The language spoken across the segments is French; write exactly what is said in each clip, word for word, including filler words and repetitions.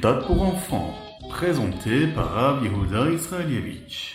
méthode pour enfants, présentée par Rav Yehuda Israelievich.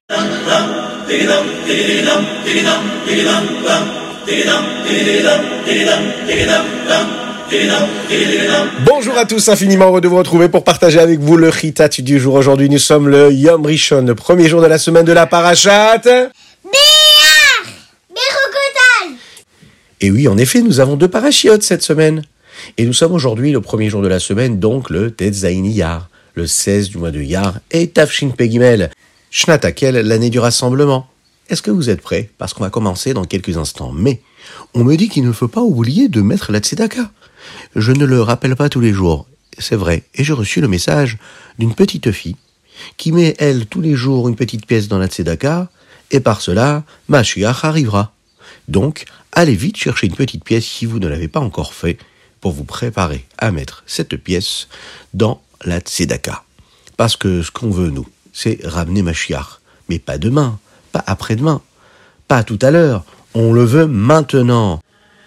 Bonjour à tous, infiniment heureux de vous retrouver pour partager avec vous le Chitat du jour. Aujourd'hui, nous sommes le Yom Rishon, le premier jour de la semaine de la Parashat Béar Berokotai. Et oui, en effet, nous avons deux parachiotes cette semaine. Et nous sommes aujourd'hui le premier jour de la semaine, donc le Tetzain Iyar, le seize du mois de Iyar, et Tafshin Pei Gimel, Shnat Hakel, l'année du rassemblement. Est-ce que vous êtes prêts? Parce qu'on va commencer dans quelques instants. Mais on me dit qu'il ne faut pas oublier de mettre la tzedaka. Je ne le rappelle pas tous les jours, c'est vrai. Et j'ai reçu le message d'une petite fille qui met, elle, tous les jours une petite pièce dans la tzedaka, et par cela, Mashiach arrivera. Donc, allez vite chercher une petite pièce si vous ne l'avez pas encore fait, pour vous préparer à mettre cette pièce dans la tzedaka. Parce que ce qu'on veut, nous, c'est ramener Mashiach. Mais pas demain, pas après-demain, pas tout à l'heure. On le veut maintenant.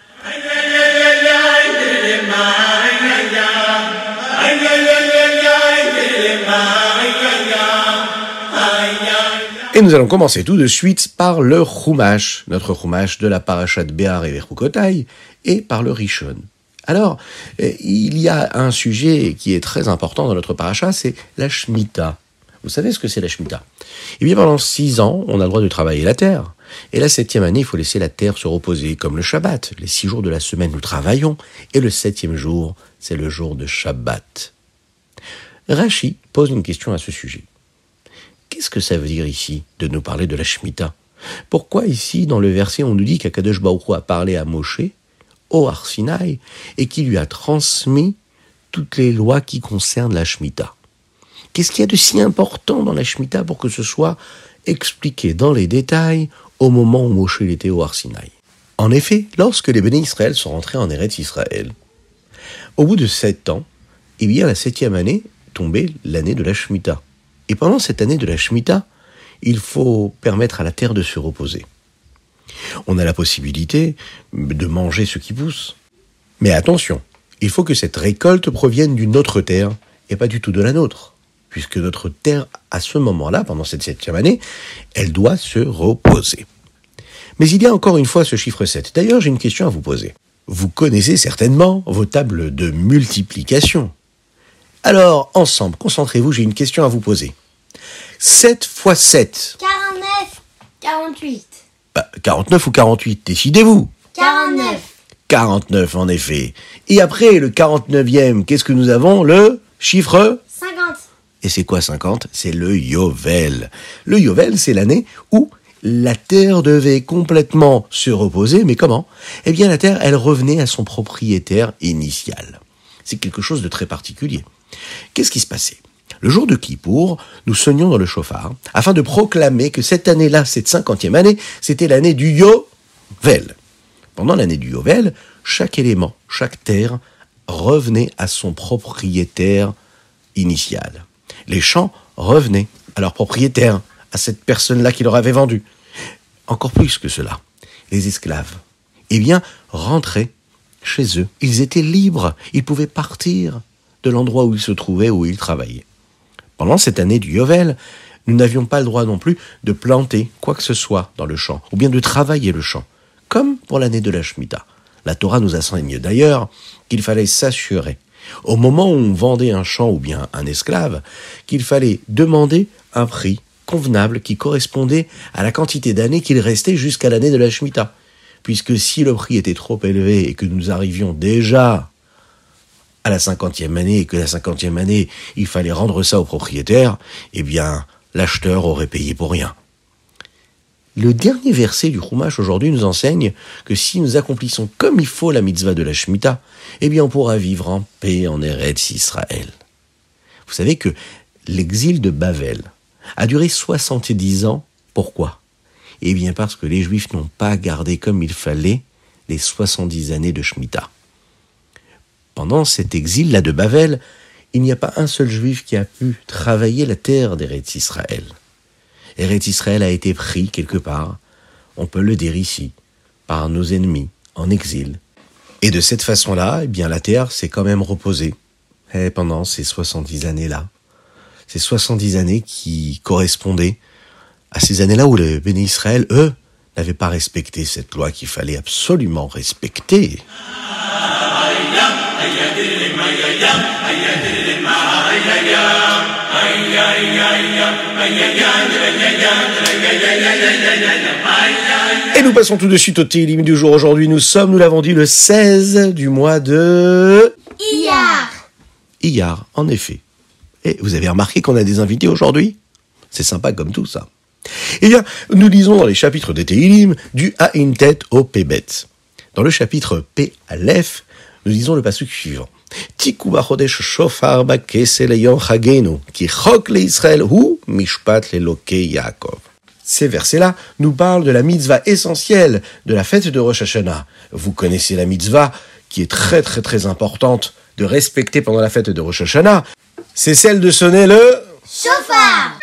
Et nous allons commencer tout de suite par le Chumash, notre Chumash de la Parashat Béar et Berokotai, et par le Rishon. Alors, il y a un sujet qui est très important dans notre Parashat, c'est la Shemitah. Vous savez ce que c'est la Shemitah? Eh bien, pendant six ans, on a le droit de travailler la terre. Et la septième année, il faut laisser la terre se reposer, comme le Shabbat. Les six jours de la semaine, nous travaillons, et le septième jour, c'est le jour de Shabbat. Rashi pose une question à ce sujet. Qu'est-ce que ça veut dire ici, de nous parler de la Shemitah? Pourquoi ici, dans le verset, on nous dit qu'Akadosh Baruch Hu a parlé à Moshe, au Har Sinaï, et qui lui a transmis toutes les lois qui concernent la Shemitah? Qu'est-ce qu'il y a de si important dans la Shemitah pour que ce soit expliqué dans les détails au moment où Moshe était au Har Sinaï? En effet, lorsque les Béné Israël sont rentrés en Eretz Israël, au bout de sept ans, eh bien, la septième année tombait l'année de la Shemitah. Et pendant cette année de la Shemitah, il faut permettre à la terre de se reposer. On a la possibilité de manger ce qui pousse. Mais attention, il faut que cette récolte provienne d'une autre terre et pas du tout de la nôtre. Puisque notre terre, à ce moment-là, pendant cette septième année, elle doit se reposer. Mais il y a encore une fois ce chiffre sept. D'ailleurs, j'ai une question à vous poser. Vous connaissez certainement vos tables de multiplication. Alors, ensemble, concentrez-vous, j'ai une question à vous poser. sept fois sept. quarante-neuf. quarante-huit. Bah, quarante-neuf ou quarante-huit, décidez-vous. quarante-neuf. quarante-neuf, en effet. Et après, le quarante-neuvième, qu'est-ce que nous avons? Le chiffre cinquante. Et c'est quoi cinquante? C'est le Yovel. Le Yovel, c'est l'année où la terre devait complètement se reposer, mais comment? Eh bien, la terre, elle revenait à son propriétaire initial. C'est quelque chose de très particulier. Qu'est-ce qui se passait? Le jour de Kippour, nous sonnions dans le chauffard, afin de proclamer que cette année-là, cette cinquantième année, c'était l'année du Yovel. Pendant l'année du Yovel, chaque élément, chaque terre, revenait à son propriétaire initial. Les champs revenaient à leur propriétaire, à cette personne-là qui leur avait vendu. Encore plus que cela, les esclaves, eh bien, rentraient chez eux. Ils étaient libres, ils pouvaient partir de l'endroit où ils se trouvaient, où ils travaillaient. Pendant cette année du Yovel, nous n'avions pas le droit non plus de planter quoi que ce soit dans le champ, ou bien de travailler le champ, comme pour l'année de la Shemitah. La Torah nous enseigne d'ailleurs qu'il fallait s'assurer, au moment où on vendait un champ ou bien un esclave, qu'il fallait demander un prix convenable qui correspondait à la quantité d'années qu'il restait jusqu'à l'année de la Shemitah. Puisque si le prix était trop élevé et que nous arrivions déjà à la cinquantième année et que la cinquantième année, il fallait rendre ça au propriétaire, eh bien, l'acheteur aurait payé pour rien. Le dernier verset du Chumash aujourd'hui nous enseigne que si nous accomplissons comme il faut la mitzvah de la Shemitah, eh bien, on pourra vivre en paix en Eretz Israël. Vous savez que l'exil de Bavel a duré soixante-dix ans. Pourquoi? Eh bien, parce que les Juifs n'ont pas gardé comme il fallait les soixante-dix années de Shemitah. Pendant cet exil-là de Bavel, il n'y a pas un seul Juif qui a pu travailler la terre d'Eretz Israël. Eretz Israël a été pris quelque part, on peut le dire ici, par nos ennemis en exil. Et de cette façon-là, eh bien, la terre s'est quand même reposée. Et pendant ces soixante-dix années-là, ces soixante-dix années qui correspondaient à ces années-là où les bénis Israël, eux, n'avaient pas respecté cette loi qu'il fallait absolument respecter. Et nous passons tout de suite au Télim du jour. Aujourd'hui, nous sommes, nous l'avons dit, le seize du mois de... Iyar. Iyar, en effet. Et vous avez remarqué qu'on a des invités aujourd'hui ? C'est sympa comme tout, ça. Eh bien, nous lisons dans les chapitres des Télim du Aïn Tet au Pébet. Dans le chapitre P Aleph, nous lisons le pasuk suivant. Tiku bachodesh shofar bakesel yom chagenu, ki chok le Israël hu mishpat leloke Yaakov. Ces versets-là nous parlent de la mitzvah essentielle de la fête de Rosh Hashanah. Vous connaissez la mitzvah qui est très très très importante de respecter pendant la fête de Rosh Hashanah. C'est celle de sonner le Shofar.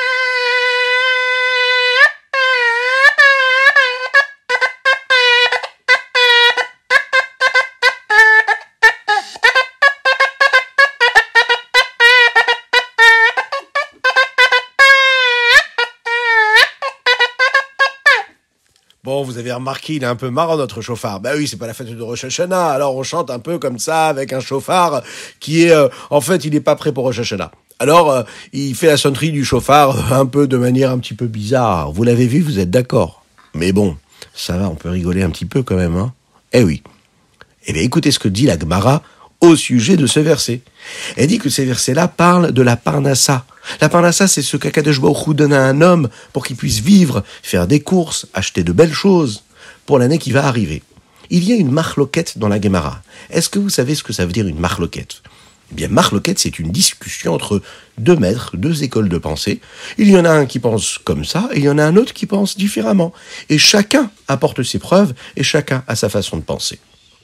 Bon, vous avez remarqué, il est un peu marrant notre chauffard. Bah oui, c'est pas la fête de Rosh Hashanah, alors on chante un peu comme ça avec un chauffard qui est, euh, en fait, il est pas prêt pour Rosh Hashanah. Alors, euh, il fait la sonnerie du chauffard un peu de manière un petit peu bizarre. Vous l'avez vu, vous êtes d'accord. Mais bon, ça va, on peut rigoler un petit peu quand même, hein. Eh oui. Eh bien, écoutez ce que dit la Gemara au sujet de ce verset. Elle dit que ces versets-là parlent de la parnassa. La parnassa, c'est ce qu'Akadosh Baruch Hu donne à un homme pour qu'il puisse vivre, faire des courses, acheter de belles choses pour l'année qui va arriver. Il y a une marloquette dans la Gemara. Est-ce que vous savez ce que ça veut dire une marloquette ? Eh bien, marloquette, c'est une discussion entre deux maîtres, deux écoles de pensée. Il y en a un qui pense comme ça, et il y en a un autre qui pense différemment. Et chacun apporte ses preuves, et chacun a sa façon de penser.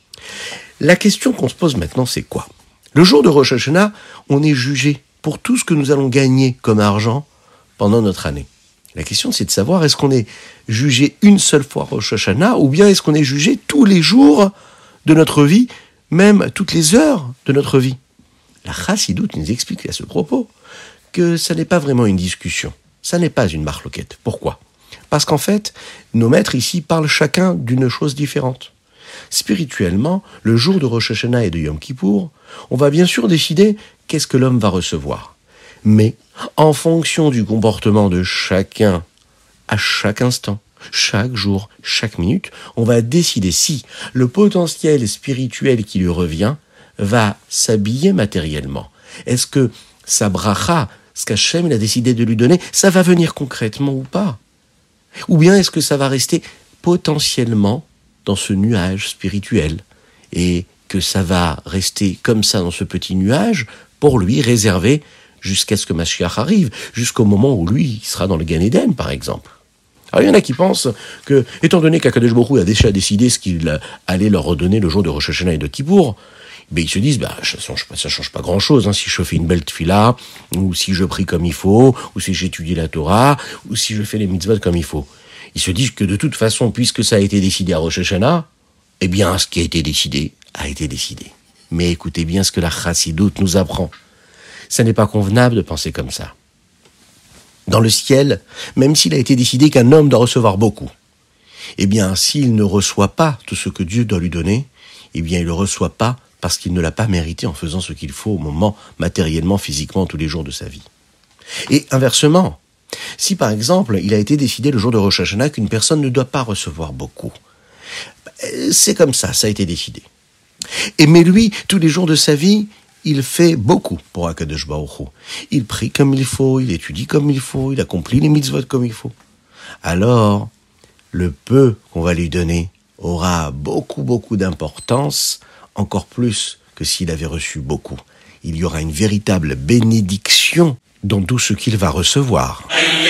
La question qu'on se pose maintenant, c'est quoi ? Le jour de Rosh Hashanah, on est jugé pour tout ce que nous allons gagner comme argent pendant notre année. La question, c'est de savoir, est-ce qu'on est jugé une seule fois Rosh Hashanah, ou bien est-ce qu'on est jugé tous les jours de notre vie, même toutes les heures de notre vie ? La Chassidoute nous explique à ce propos que ça n'est pas vraiment une discussion, ça n'est pas une marloquette. Pourquoi ? Parce qu'en fait, nos maîtres ici parlent chacun d'une chose différente. Spirituellement, le jour de Rosh Hashanah et de Yom Kippour, on va bien sûr décider qu'est-ce que l'homme va recevoir. Mais, en fonction du comportement de chacun, à chaque instant, chaque jour, chaque minute, on va décider si le potentiel spirituel qui lui revient va s'habiller matériellement. Est-ce que sa bracha, ce qu'Hachem a décidé de lui donner, ça va venir concrètement ou pas ? Ou bien est-ce que ça va rester potentiellement dans ce nuage spirituel, et que ça va rester comme ça dans ce petit nuage, pour lui réservé jusqu'à ce que Mashiach arrive, jusqu'au moment où lui il sera dans le Gan Eden, par exemple. Alors il y en a qui pensent que, étant donné qu'Akadosh Baruch Hu a déjà décidé ce qu'il allait leur redonner le jour de Rosh Hashanah et de Kippour, ben ils se disent, bah, ça change pas, ça change pas grand chose, hein, si je fais une belle tfila, ou si je prie comme il faut, ou si j'étudie la Torah, ou si je fais les mitzvot comme il faut. Ils se disent que de toute façon, puisque ça a été décidé à Rosh Hashanah, eh bien, ce qui a été décidé, a été décidé. Mais écoutez bien ce que la Chassidoute nous apprend. Ça n'est pas convenable de penser comme ça. Dans le ciel, même s'il a été décidé qu'un homme doit recevoir beaucoup, eh bien, s'il ne reçoit pas tout ce que Dieu doit lui donner, eh bien, il ne le reçoit pas parce qu'il ne l'a pas mérité en faisant ce qu'il faut au moment, matériellement, physiquement, tous les jours de sa vie. Et inversement, si par exemple, il a été décidé le jour de Rosh Hashanah qu'une personne ne doit pas recevoir beaucoup, c'est comme ça, ça a été décidé. Et mais lui, tous les jours de sa vie, il fait beaucoup pour Akadosh Baruch Hu. Il prie comme il faut, il étudie comme il faut, il accomplit les mitzvot comme il faut. Alors, le peu qu'on va lui donner aura beaucoup, beaucoup d'importance, encore plus que s'il avait reçu beaucoup. Il y aura une véritable bénédiction dans tout ce qu'il va recevoir.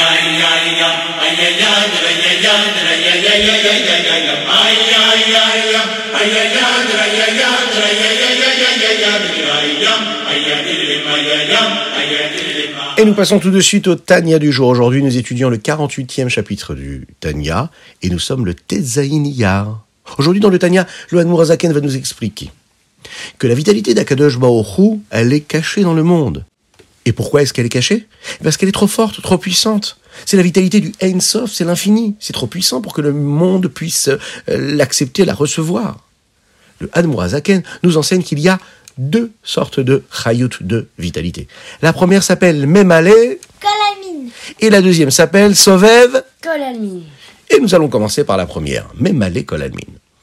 Et nous passons tout de suite au Tanya du jour. Aujourd'hui, nous étudions le quarante-huitième chapitre du Tanya et nous sommes le Tezaïn Iyar. Aujourd'hui, dans le Tanya, le Admour Hazaken va nous expliquer que la vitalité d'Akadosh Baruch Hu, elle est cachée dans le monde. Et pourquoi est-ce qu'elle est cachée? Parce qu'elle est trop forte, trop puissante. C'est la vitalité du Ein Sof, c'est l'infini. C'est trop puissant pour que le monde puisse l'accepter, la recevoir. Le Admor HaZaken nous enseigne qu'il y a deux sortes de chayut, de vitalité. La première s'appelle Memale, Kolalmin. et la deuxième s'appelle Sovev. Kolalmin. Et nous allons commencer par la première, Memale Kolalmin.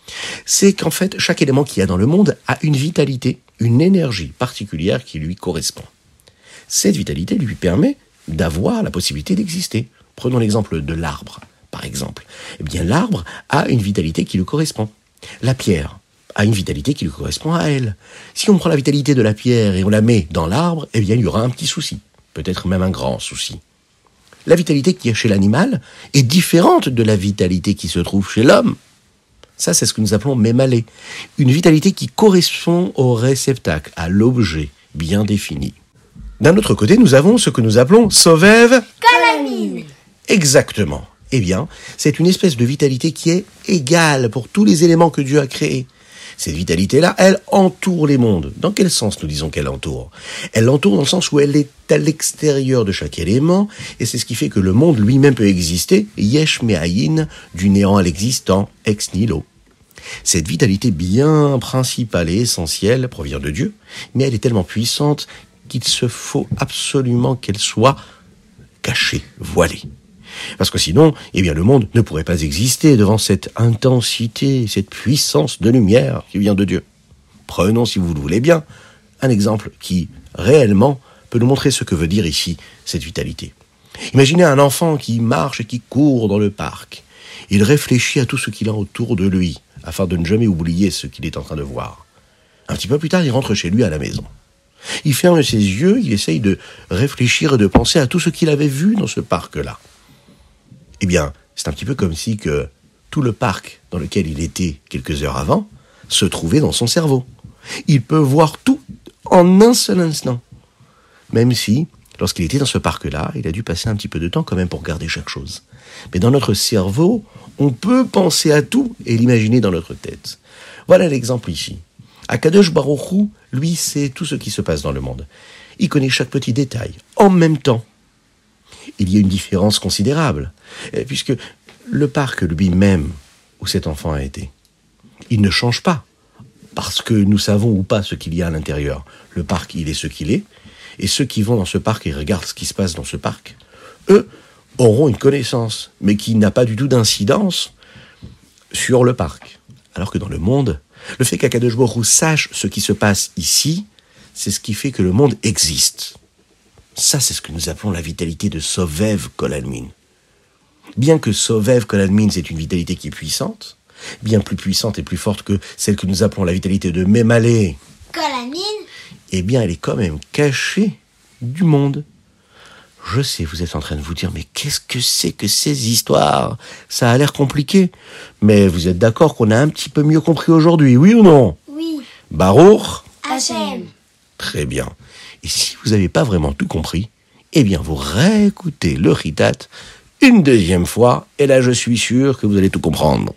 C'est qu'en fait, chaque élément qu'il y a dans le monde a une vitalité, une énergie particulière qui lui correspond. Cette vitalité lui permet d'avoir la possibilité d'exister. Prenons l'exemple de l'arbre, par exemple. Eh bien, l'arbre a une vitalité qui lui correspond. La pierre a une vitalité qui lui correspond à elle. Si on prend la vitalité de la pierre et on la met dans l'arbre, eh bien, il y aura un petit souci. Peut-être même un grand souci. La vitalité qui est chez l'animal est différente de la vitalité qui se trouve chez l'homme. Ça, c'est ce que nous appelons mémalé. Une vitalité qui correspond au réceptacle, à l'objet bien défini. D'un autre côté, nous avons ce que nous appelons Sovev. Kolalmin. Exactement. Eh bien, c'est une espèce de vitalité qui est égale pour tous les éléments que Dieu a créés. Cette vitalité-là, elle entoure les mondes. Dans quel sens nous disons qu'elle entoure? Elle l'entoure dans le sens où elle est à l'extérieur de chaque élément, et c'est ce qui fait que le monde lui-même peut exister, yesh me'ayin, du néant à l'existant, ex nihilo. Cette vitalité bien principale et essentielle provient de Dieu, mais elle est tellement puissante qu'il se faut absolument qu'elle soit cachée, voilée. Parce que sinon, eh bien, le monde ne pourrait pas exister devant cette intensité, cette puissance de lumière qui vient de Dieu. Prenons, si vous le voulez bien, un exemple qui, réellement, peut nous montrer ce que veut dire ici cette vitalité. Imaginez un enfant qui marche et qui court dans le parc. Il réfléchit à tout ce qu'il a autour de lui, afin de ne jamais oublier ce qu'il est en train de voir. Un petit peu plus tard, il rentre chez lui à la maison. Il ferme ses yeux, il essaye de réfléchir et de penser à tout ce qu'il avait vu dans ce parc-là. Eh bien, c'est un petit peu comme si que tout le parc dans lequel il était quelques heures avant se trouvait dans son cerveau. Il peut voir tout en un seul instant. Même si, lorsqu'il était dans ce parc-là, il a dû passer un petit peu de temps quand même pour regarder chaque chose. Mais dans notre cerveau, on peut penser à tout et l'imaginer dans notre tête. Voilà l'exemple ici. Akadosh Baruch Hu, lui, sait tout ce qui se passe dans le monde. Il connaît chaque petit détail, en même temps. Il y a une différence considérable, puisque le parc lui-même, où cet enfant a été, il ne change pas, parce que nous savons ou pas ce qu'il y a à l'intérieur. Le parc, il est ce qu'il est, et ceux qui vont dans ce parc et regardent ce qui se passe dans ce parc, eux auront une connaissance, mais qui n'a pas du tout d'incidence sur le parc. Alors que dans le monde, le fait qu'Akadosh Baruch Hu sache ce qui se passe ici, c'est ce qui fait que le monde existe. Ça, c'est ce que nous appelons la vitalité de Sovev Kolalmin. Bien que Sovev Kolalmin, c'est une vitalité qui est puissante, bien plus puissante et plus forte que celle que nous appelons la vitalité de Memale, Kolalmin. eh bien, elle est quand même cachée du monde. Je sais, vous êtes en train de vous dire, mais qu'est-ce que c'est que ces histoires? Ça a l'air compliqué. Mais vous êtes d'accord qu'on a un petit peu mieux compris aujourd'hui, oui ou non? Oui. Baruch? Hachem. Très bien. Et si vous n'avez pas vraiment tout compris, eh bien, vous réécoutez le Ritat une deuxième fois, et là, je suis sûr que vous allez tout comprendre.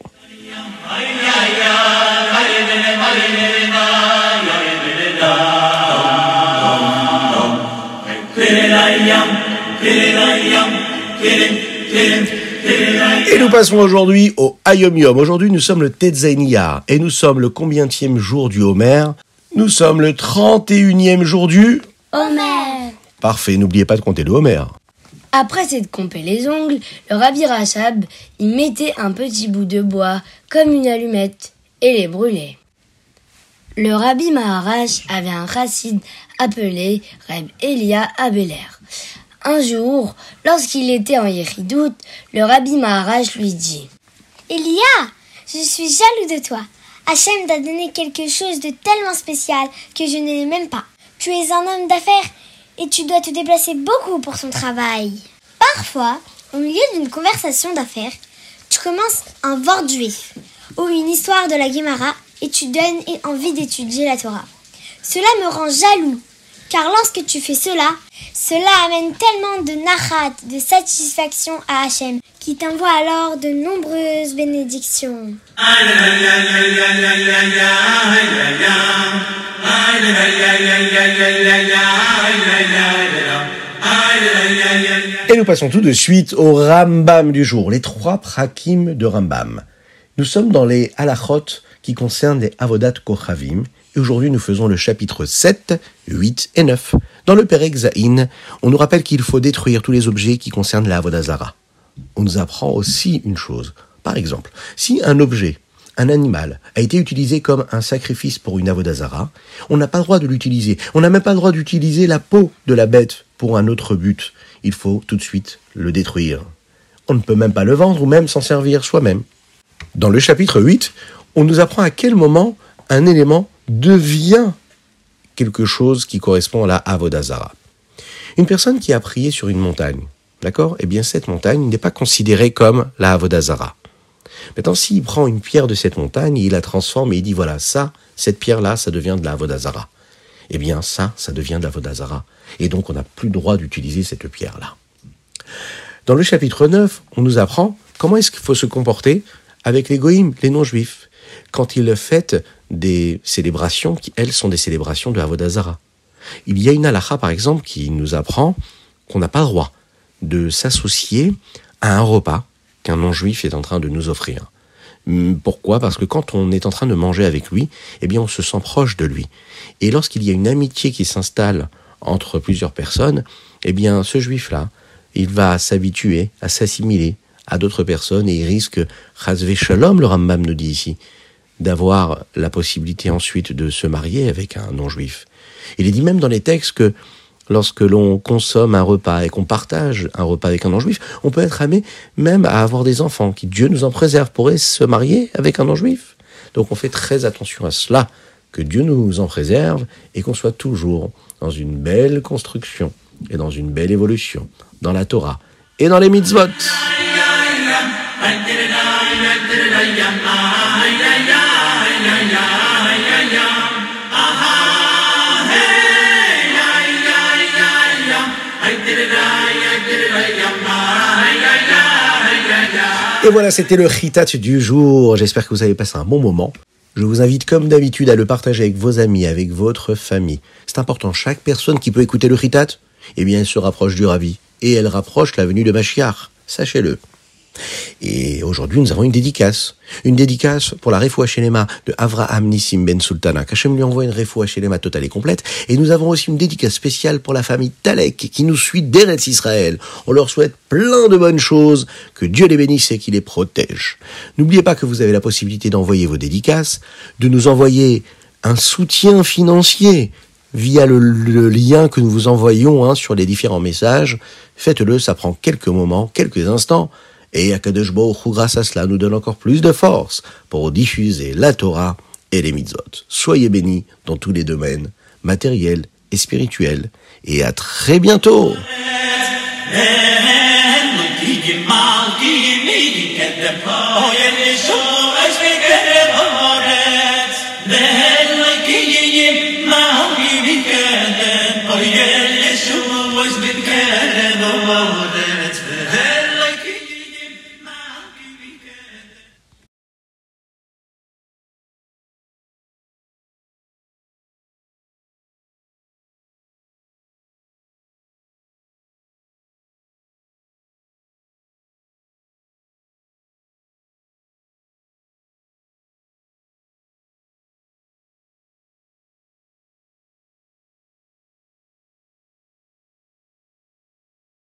Et nous passons aujourd'hui au Hayom Yom. Aujourd'hui, nous sommes le Tetzain Iyar, et nous sommes le combientième jour du Homer? Nous sommes le trente et unième jour du... Homer. Parfait, n'oubliez pas de compter le Homer. Après s'être compé les ongles, le Rabbi Rachab y mettait un petit bout de bois comme une allumette et les brûlait. Le Rabbi Maharash avait un chassid appelé Reb Elia Abeler. Un jour, lorsqu'il était en Yeridout, le Rabbi Maharash lui dit « Elia, je suis jaloux de toi. Hachem t'a donné quelque chose de tellement spécial que je ne l'ai même pas. Tu es un homme d'affaires et tu dois te déplacer beaucoup pour son travail. Parfois, au milieu d'une conversation d'affaires, tu commences un vort juif ou une histoire de la Gemara et tu donnes envie d'étudier la Torah. Cela me rend jaloux. car lorsque tu fais cela, cela amène tellement de nachat, de satisfaction à Hachem, qui t'envoie alors de nombreuses bénédictions. Et nous passons tout de suite au Rambam du jour, les trois prakim de Rambam. Nous sommes dans les halachot qui concernent les avodat kochavim, et aujourd'hui nous faisons le chapitre sept, huit et neuf. Dans le Perek Zayin, on nous rappelle qu'il faut détruire tous les objets qui concernent la avodah zara. On nous apprend aussi une chose. Par exemple, si un objet, un animal, a été utilisé comme un sacrifice pour une avodah zara, on n'a pas le droit de l'utiliser. On n'a même pas le droit d'utiliser la peau de la bête pour un autre but. Il faut tout de suite le détruire. On ne peut même pas le vendre ou même s'en servir soi-même. Dans le chapitre huit, on nous apprend à quel moment un élément devient quelque chose qui correspond à la avodah zara. Une personne qui a prié sur une montagne, d'accord ? Eh bien, cette montagne n'est pas considérée comme la avodah zara. Maintenant, s'il prend une pierre de cette montagne, il la transforme et il dit, voilà, ça, cette pierre-là, ça devient de la avodah zara. Eh bien, ça, ça devient de la avodah zara. Et donc, on n'a plus le droit d'utiliser cette pierre-là. Dans le chapitre neuf, on nous apprend comment est-ce qu'il faut se comporter avec les goïms, les non-juifs, quand ils fêtent des célébrations qui, elles, sont des célébrations de avodah zara. Il y a une halakha, par exemple, qui nous apprend qu'on n'a pas le droit de s'associer à un repas qu'un non-juif est en train de nous offrir. Pourquoi ? Parce que quand on est en train de manger avec lui, eh bien, on se sent proche de lui. Et lorsqu'il y a une amitié qui s'installe entre plusieurs personnes, eh bien, ce juif-là, il va s'habituer à s'assimiler à d'autres personnes et il risque, chazvé shalom, le Rambam nous dit ici, d'avoir la possibilité ensuite de se marier avec un non-juif. Il est dit même dans les textes que lorsque l'on consomme un repas et qu'on partage un repas avec un non-juif, on peut être amené même à avoir des enfants qui, Dieu nous en préserve, pourraient se marier avec un non-juif. Donc on fait très attention à cela, que Dieu nous en préserve et qu'on soit toujours dans une belle construction et dans une belle évolution, dans la Torah et dans les mitzvot. Et voilà, c'était le chitat du jour. J'espère que vous avez passé un bon moment. Je vous invite comme d'habitude à le partager avec vos amis, avec votre famille. C'est important, chaque personne qui peut écouter le chitat, eh bien, elle se rapproche du Ravi. Et elle rapproche la venue de Mashiach. Sachez-le. Et aujourd'hui, nous avons une dédicace. Une dédicace pour la Refoua Shelema de Avraham Nissim Ben Sultana. Qu'Hachem lui envoie une Refoua Shelema totale et complète. Et nous avons aussi une dédicace spéciale pour la famille Talek qui nous suit d'Eretz Israël. On leur souhaite plein de bonnes choses, que Dieu les bénisse et qu'il les protège. N'oubliez pas que vous avez la possibilité d'envoyer vos dédicaces, de nous envoyer un soutien financier via le, le lien que nous vous envoyons hein, sur les différents messages. Faites-le, ça prend quelques moments, quelques instants. Et Akadosh Baruch Hu, grâce à cela, nous donne encore plus de force pour diffuser la Torah et les mitzvot. Soyez bénis dans tous les domaines, matériels et spirituels. Et à très bientôt. Oh,